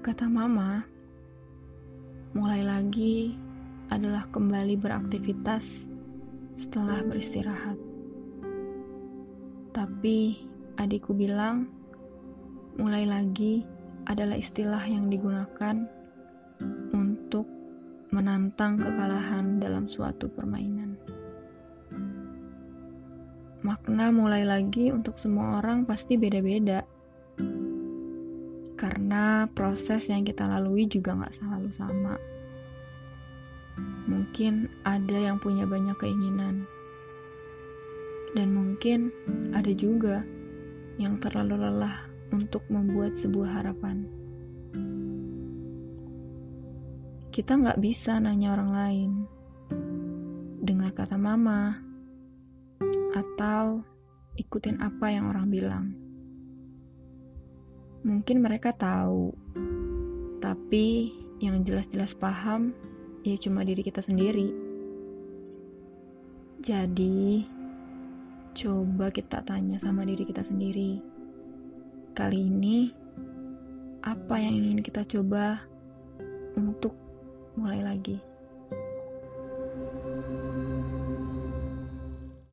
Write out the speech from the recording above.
Kata mama, mulai lagi adalah kembali beraktivitas setelah beristirahat. Tapi adikku bilang, mulai lagi adalah istilah yang digunakan untuk menantang kekalahan dalam suatu permainan. Makna mulai lagi untuk semua orang pasti beda-beda. Karena proses yang kita lalui juga gak selalu sama. Mungkin ada yang punya banyak keinginan. Dan mungkin ada juga yang terlalu lelah untuk membuat sebuah harapan. Kita gak bisa nanya orang lain, dengar kata mama, atau ikutin apa yang orang bilang. Mungkin mereka tahu, tapi yang jelas-jelas paham ya cuma diri kita sendiri. Jadi, coba kita tanya sama diri kita sendiri. Kali ini, apa yang ingin kita coba untuk mulai lagi?